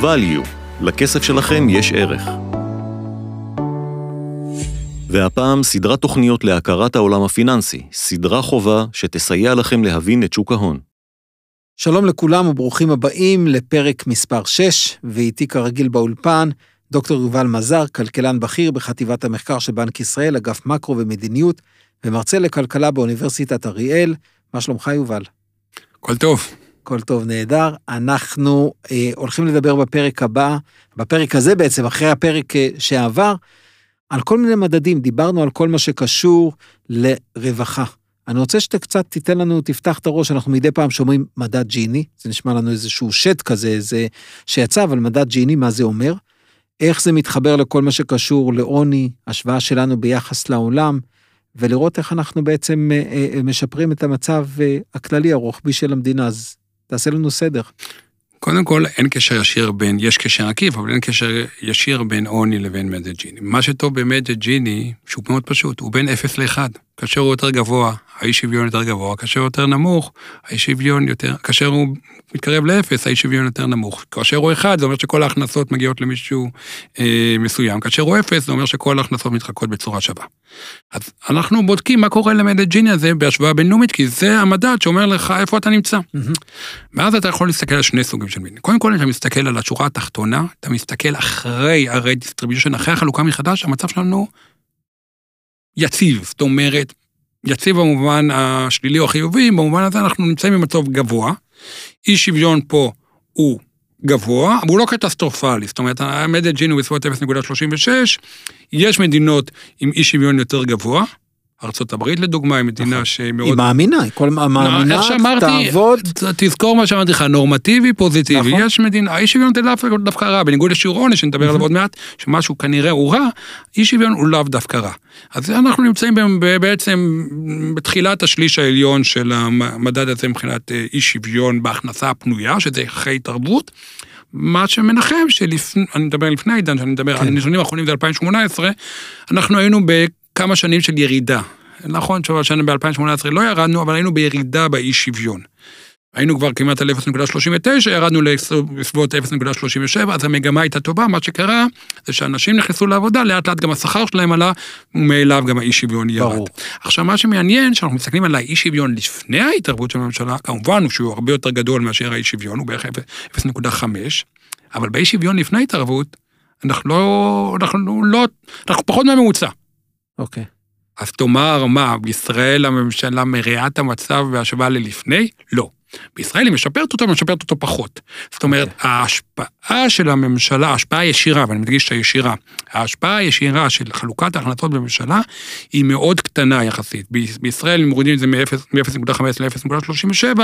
value. לכסף שלכם יש ערך. והפעם סדרת תוכניות להכרת העולם הפיננסי, סדרה חובה שתסייע לכם להבין את שוק ההון. שלום לכולם וברוכים הבאים לפרק מספר 6, ואיתי כרגיל באולפן, דוקטור יובל מזר, כלכלן בכיר בחטיבת המחקר של בנק ישראל, אגף מקרו ומדיניות, ומרצה לכלכלה באוניברסיטת אריאל. מה שלומך יובל? כל טוב. כל טוב, נהדר. אנחנו הולכים לדבר בפרק הבא, בפרק הזה בעצם, אחרי הפרק שעבר, על כל מיני מדדים. דיברנו על כל מה שקשור לרווחה. אני רוצה שאתה קצת תיתן לנו, תפתח את הראש, אנחנו מדי פעם שומעים מדד ג'יני, זה נשמע לנו איזשהו שט כזה, איזה שיצא, אבל מדד ג'יני, מה זה אומר? איך זה מתחבר לכל מה שקשור לעוני, השוואה שלנו ביחס לעולם, ולראות איך אנחנו בעצם משפרים את המצב הכללי הרוחבי של המדינה. אז תעשה לנו סדר. קודם כל, אין קשר ישיר בין, יש קשר עקיף, אבל אין קשר ישיר בין עוני לבין מדד ג'יני. מה שטוב במדד ג'יני, שהוא מאוד פשוט, הוא בין 0 ל-1. כאשר הוא יותר גבוה, האי שוויון יותר גבוה, כאשר הוא יותר נמוך, האי שוויון יותר, כאשר הוא מתקרב ל-0, האי שוויון יותר נמוך. כאשר הוא 1, זה אומר שכל ההכנסות מגיעות למישהו מסוים. כאשר הוא 0, זה אומר שכל ההכנסות מתחלקות בצורה שווה. אז אנחנו בודקים מה קורה למדד ג'יני הזה בהשוואה בינלאומית, כי זה המדד שאומר לך איפה אתה נמצא. ואז אתה יכול להסתכל על שני סוגים של מדד. קודם כל, אתה מסתכל על השורה התחתונה, אתה מסתכל אחרי דיסטריביושן, אחרי החלוקה מחדש, המצב שלנו יציב, זאת אומרת, יציב במובן השלילי או החיובי, במובן הזה אנחנו נמצאים במצב גבוה, אי שוויון פה הוא גבוה, אבל הוא לא קטסטרופלי, זאת אומרת, המדד ג'יני הוא בסביבות 0.36, יש מדינות עם אי שוויון יותר גבוה, ארצות הברית לדוגמה, היא מדינה שמאוד... היא מאמינה, היא כל מאמינה, תעבוד. תזכור מה שאמרתי לך, נורמטיבי, פוזיטיבי, יש מדינה, האי שוויון הוא דווקא רע, בניגוד לשיעור עונש, שנדבר עליו עוד מעט, שמשהו כנראה הוא רע, אי שוויון הוא לאו דווקא רע. אז אנחנו נמצאים בעצם בתחילת השליש העליון של המדד הזה, מבחינת אי שוויון בהכנסה הפנויה, שזה אחרי התערבות, מה שמנחם, אני מדבר לפני העידן, שאני מדבר על הנתונים האחרונים, זה 2018, אנחנו היינו כמה שנים של ירידה. נכון, שנה ב-2018 לא ירדנו, אבל היינו בירידה באי שוויון. היינו כבר כמעט על 0.39, ירדנו לסביבות 0.37, אז המגמה הייתה טובה, מה שקרה זה שאנשים נכנסו לעבודה, לאט לאט גם השכר שלהם עלה, ומאליו גם האי שוויון ירד. ברור. עכשיו, מה שמעניין, שאנחנו מסתכלים על האי שוויון לפני ההתערבות של הממשלה, כמובן שהוא הרבה יותר גדול מאשר האי שוויון, הוא בערך 0.5, אבל באי שוויון לפני ההתערבות, אנחנו פחות מהממוצע. אוקיי. אז תאמר, מה, בישראל הממשלה מראה את המצב בהשוואה ללפני? לא. בישראל היא משפרת אותו פחות. זאת אומרת, ההשפעה של הממשלה, ההשפעה הישירה, ואני מדגיש את הישירה, ההשפעה הישירה של חלוקת ההכנסות בממשלה, היא מאוד קטנה יחסית. בישראל הם מורידים את זה מ-0.5 ל-0.37,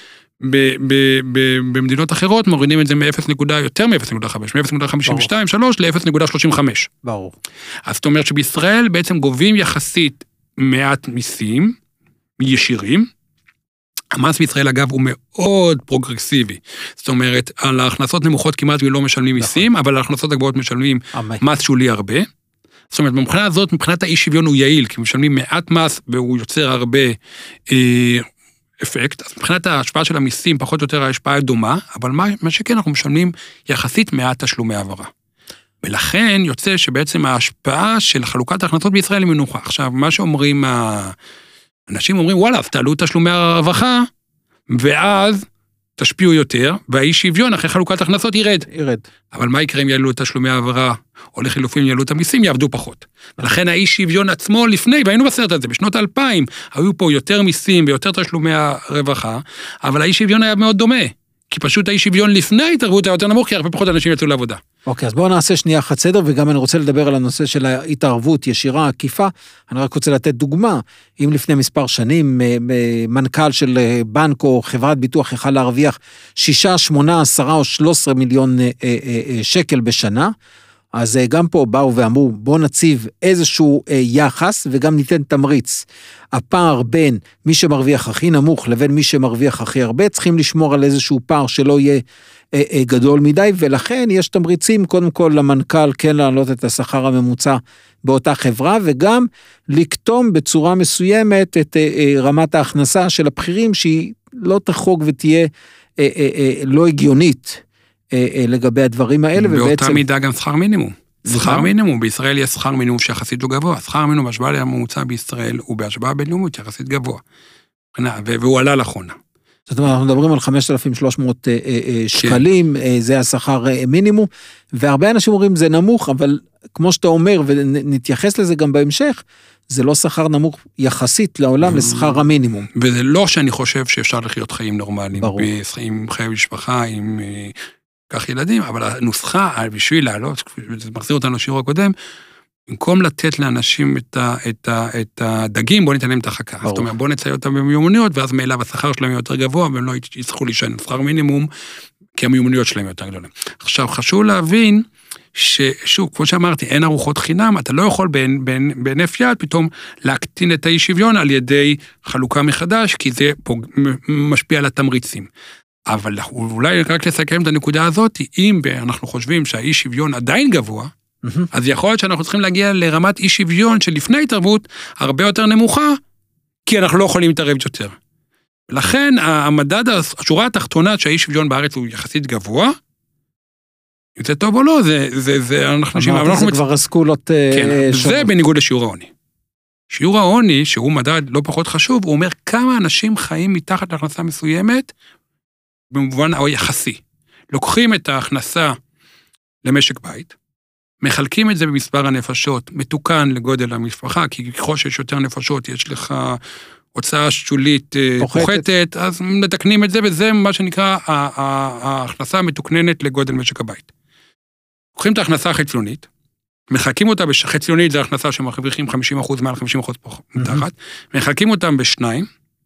במדינות אחרות מורידים את זה יותר מ-0.5, מ-0.52, 3 ל-0.35. ברור. אז זאת אומרת שבישראל בעצם גובים יחסית מעט מיסים, ישירים, המס בישראל אגב הוא מאוד פרוגרסיבי, זאת אומרת על ההכנסות נמוכות כמעט ולא משלמים מיסים, אבל על ההכנסות הגבוהות משלמים מס שולי הרבה, זאת אומרת מבחינה הזאת, מבחינת האי שוויון הוא יעיל, כי משלמים מעט מס והוא יוצר הרבה אפקט, אז מבחינת ההשפעה של המיסים, פחות או יותר ההשפעה דומה, אבל מה שכן, אנחנו משלמים יחסית מעט תשלומי העברה. ולכן יוצא שבעצם ההשפעה של חלוקת ההכנסות בישראל היא מנוחה. עכשיו, מה שאומרים, אנשים אומרים, וואלה, אז תעלו תשלומי הרווחה, ואז תשפיעו יותר, והאי שוויון אחרי חלוקת הכנסות ירד. אבל מה יקרה אם יעלו את תשלומי העברה, או לחילופים יעלו את המיסים, יעבדו פחות. ולכן האי שוויון עצמו לפני, והיינו בסרט הזה, בשנות 2000, היו פה יותר מיסים ויותר תשלומי הרווחה, אבל האי שוויון היה מאוד דומה. כי פשוט האי שוויון לפני ההתערבות היה יותר נמוך, כי הרבה פחות אנשים יצאו לעבודה. אוקיי, אז בואו נעשה שנייה אחת סדר, וגם אני רוצה לדבר על הנושא של ההתערבות ישירה, עקיפה. אני רק רוצה לתת דוגמה, אם לפני מספר שנים, מנכ"ל של בנק או חברת ביטוח יכל להרוויח 6, 8, 10 או 13 מיליון שקל בשנה, אז גם פה באו ואמרו, בואו נציב איזשהו יחס, וגם ניתן תמריץ. הפער בין מי שמרוויח הכי נמוך, לבין מי שמרוויח הכי הרבה, צריכים לשמור על איזשהו פער שלא יהיה גדול מדי, ולכן יש תמריצים, קודם כל למנכ"ל, כן להעלות את השכר הממוצע באותה חברה, וגם לקטום בצורה מסוימת את רמת ההכנסה של הבכירים, שהיא לא תחוג ותהיה לא הגיונית, לגבי הדברים האלה, באותה מידה גם שכר מינימום. שכר מינימום, בישראל יש שכר מינימום שיחסית הוא גבוה, שכר מינימום בהשוואה לממוצע בישראל הוא בהשוואה בינלאומית יחסית גבוה, והוא עלה לאחרונה. זאת אומרת, אנחנו מדברים על 5,300 שקלים, זה השכר מינימום, והרבה אנשים אומרים זה נמוך, אבל כמו שאתה אומר, ונתייחס לזה גם בהמשך, זה לא שכר נמוך יחסית לעולם לשכר המינימום. וזה לא שאני חושב שאפשר לחיות חיים נורמליים, עם חיי משפחה, עם כך ילדים, אבל הנוסחה בשביל לעלות, זה מחזיר אותנו לשיעור הקודם, במקום לתת לאנשים את הדגים, בוא ניתן להם את החכה. זאת אומרת, בוא נציין אותם במיומנויות, ואז מאליו השכר שלהם יותר גבוה, והם לא יצטרכו להישען שכר מינימום, כי המיומנויות שלהם יותר גדולים. עכשיו, חשוב להבין, ששוב, כמו שאמרתי, אין ארוחות חינם, אתה לא יכול בהינף יד פתאום להקטין את האי שוויון על ידי חלוקה מחדש, כי זה משפיע על התמריצים. אבל אולי רק לסכם את הנקודה הזאת, אם אנחנו חושבים שהאי שוויון עדיין גבוה, אז יכול להיות שאנחנו צריכים להגיע לרמת אי שוויון שלפני התערבות הרבה יותר נמוכה, כי אנחנו לא יכולים להתערב יותר. לכן המדד, השורה התחתונה שהאי שוויון בארץ הוא יחסית גבוה, אם זה טוב או לא, אנחנו זה כבר אסכולות שונות. זה בניגוד לשיעור העוני. שיעור העוני, שהוא מדד לא פחות חשוב, הוא אומר כמה אנשים חיים מתחת להכנסה מסוימת, במובן היחסי. לוקחים את ההכנסה למשק בית, מחלקים את זה במספר הנפשות, מתוקן לגודל המשפחה, כי ככל שיש יותר נפשות, יש לך הוצאה שולית פוחתת, אז מתקנים את זה, וזה מה שנקרא ההכנסה המתוקננת לגודל משק הבית. לוקחים את ההכנסה החציונית, מחלקים אותה בחציונית, זה ההכנסה שמרוויחים 50% מעל 50% מתחת, מחלקים אותם בשניים,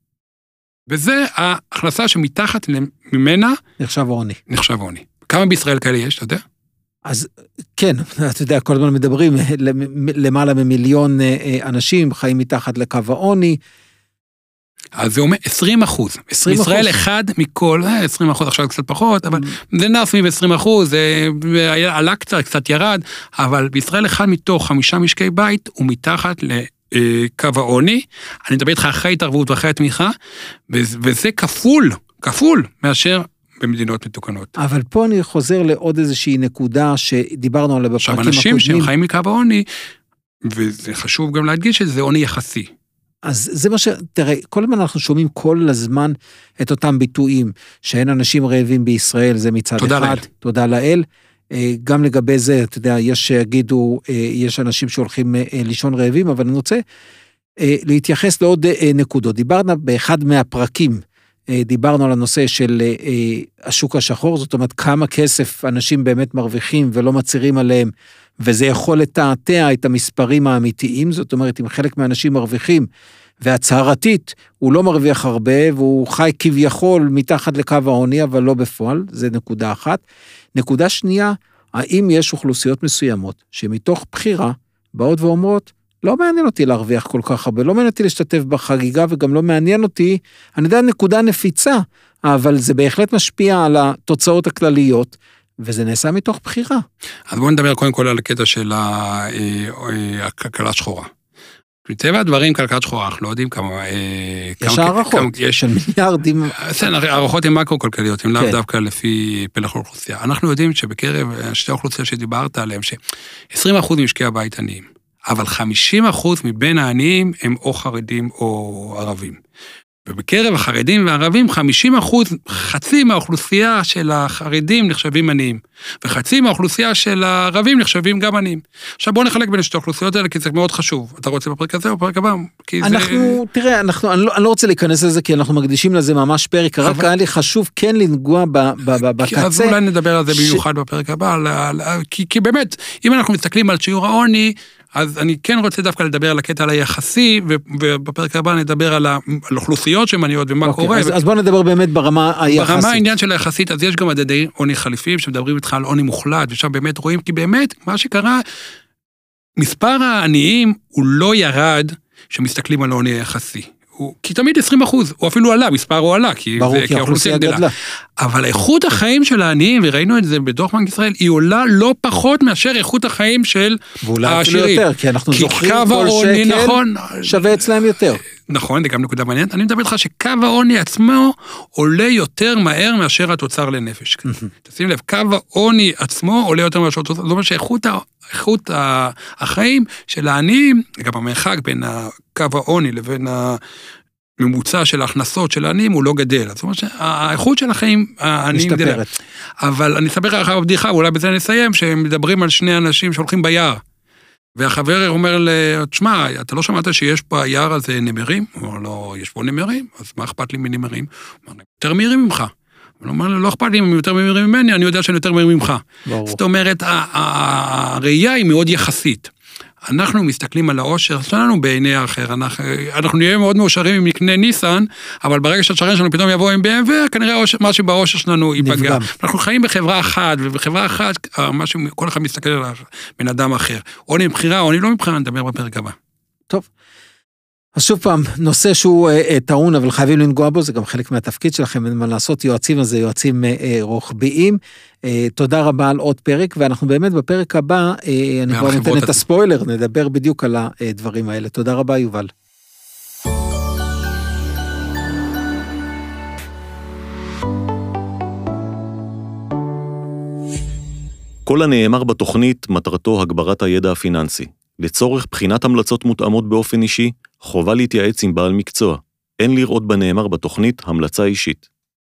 וזה ההכנסה שמתחת ממנה נחשב עוני. נחשב עוני. כמה בישראל כאלה יש, אתה יודע? אז כן, אתה יודע, כל הזמן מדברים, למעלה ממיליון אנשים חיים מתחת לקו העוני. אז זה אומר 20%. בישראל אחד מכל, 20% עכשיו קצת פחות, אבל זה נע סביב 20%, זה עלה קצת ירד, אבל בישראל אחד מתוך 5 משקי בית הוא מתחת לקו העוני, אני מדבר איתך אחרי התערבות ואחרי התמיכה, וזה כפול מאשר במדינות מתוקנות. אבל פה אני חוזר לעוד איזושהי נקודה שדיברנו עליה בפרקים הקודמים. עכשיו, אנשים שהם חיים מקו העוני, וזה חשוב גם להדגיש שזה עוני יחסי. אז זה מה תראה, כל הזמן אנחנו שומעים כל הזמן את אותם ביטויים, שאין אנשים רעבים בישראל, זה מצד אחד. תודה לאל. גם לגבי זה, אתה יודע, יש שיגידו, יש אנשים שהולכים לישון רעבים, אבל אני רוצה להתייחס לעוד נקודות. דיברנו באחד מהפרקים, דיברנו על הנושא של השוק השחור, זאת אומרת, כמה כסף אנשים באמת מרוויחים ולא מצירים עליהם, וזה יכול לתעתע את המספרים האמיתיים, זאת אומרת, אם חלק מהאנשים מרוויחים, והצהרתית, הוא לא מרוויח הרבה, והוא חי כביכול מתחת לקו העוני, אבל לא בפועל, זה נקודה אחת. נקודה שנייה, האם יש אוכלוסיות מסוימות, שמתוך בחירה, באות ואומרות, לא מעניין אותי להרוויח כל כך הרבה, לא מעניין אותי להשתתף בחגיגה, וגם לא מעניין אותי, אני יודע, נקודה נפיצה, אבל זה בהחלט משפיע על התוצאות הכלליות, וזה נעשה מתוך בחירה. אז בואו נדבר קודם כל על הקטע של הכלכלה שחורה. מטבע הדברים, כלכלת שחורה, אנחנו לא יודעים כמה... יש הערכות, של מיליארדים. הערכות הן מקרו-כלכליות, הן לאו דווקא לפי פלח האוכלוסייה. אנחנו יודעים שבקרב שתי האוכלוסייה שדיברת עליהן, ש20% ממשקי הבית עניים, אבל 50% מבין העניים הם או חרדים או ערבים. ובקרב החרדים והערבים, 50%, חצי מהאוכלוסייה של החרדים נחשבים עניים, וחצי מהאוכלוסייה של הערבים נחשבים גם עניים. עכשיו בואו נחלק בין שתי האוכלוסיות האלה, כי זה מאוד חשוב. אתה רוצה בפרק הזה או בפרק הבא? תראה, אני לא רוצה להיכנס לזה, כי אנחנו מקדישים לזה ממש פרק, רק היה לי חשוב כן לנגוע בקצה. אז אולי נדבר על זה במיוחד בפרק הבא, כי באמת, אם אנחנו מסתכלים על שיעור העוני, אז אני כן רוצה דווקא לדבר על הקטע על היחסי, ובפרק הבא נדבר על אוכלוסיות שמניות ומה קורה. אז בוא נדבר באמת ברמה היחסית. ברמה העניין של היחסית, אז יש גם מדדי עוני חליפים, שמדברים איתך על עוני מוחלט, ושם באמת רואים, כי באמת, מה שקרה, מספר העניים הוא לא ירד, שמסתכלים על עוני היחסי. כי תמיד 20%, הוא אפילו עלה, מספר הוא עלה, כי האוכלוסייה גדלה. אבל איכות החיים של העניים, וראינו את זה בדוח בנק ישראל, היא עולה לא פחות מאשר איכות החיים של העשירים. ואולי אפילו יותר, כי אנחנו זוכרים כל שקל שווה אצלהם יותר. נכון, זה גם נקודה מעניינת. אני מדבר איתך שקו העוני עצמו עולה יותר מהר מאשר התוצר לנפש. תשים לב, קו העוני עצמו עולה יותר מאשר התוצר, זאת אומרת שאיכות החיים של העניים, גם המרחק בין קו העוני לבין הממוצע של ההכנסות של העניים הוא לא גדל. זאת אומרת שהאיכות של החיים העניים גדלה. אבל אני אספר לך בבדיחה, ואולי בזה נסיים, שהם מדברים על שני אנשים שהולכים ביער. והחבר אומר לו, תשמע, אתה לא שמעת שיש פה היער הזה נמרים? הוא אומר לו, יש פה נמרים, אז מה אכפת לי מנמרים? הוא אומר, יותר מהירים ממך. הוא אומר לו, לא אכפת לי אם יותר מהירים ממני, אני יודע שאני יותר מהירים ממך. זאת אומרת, הראייה היא מאוד יחסית. אנחנו מסתכלים על העושר שלנו בעיני האחר, אנחנו נהיה מאוד מאושרים אם נקנה ניסן, אבל ברגע שהשכן שלנו פתאום יבוא עם BMW, כנראה משהו בעושר שלנו ייפגע. אנחנו חיים בחברה אחת, ובחברה אחת, כל אחד מסתכל על בן אדם אחר. עוני מבחירה, עוני לא מבחירה, נדבר בפרק הבא. טוב. אז שוב פעם, נושא שהוא טעון, אבל חייבים לנגוע בו, זה גם חלק מהתפקיד שלכם, אין מה לעשות, יועצים הזה, יועצים רוחביים. תודה רבה על עוד פרק, ואנחנו באמת בפרק הבא, אני כבר נותן את הספוילר, נדבר בדיוק על הדברים האלה. תודה רבה, יובל. כל הנאמר בתוכנית מטרתו הגברת הידע הפיננסי. לצורך בחינת המלצות מותאמות באופן אישי, חובה להתייעץ עם בעל מקצוע. אין לראות בנאמר בתוכנית המלצה אישית.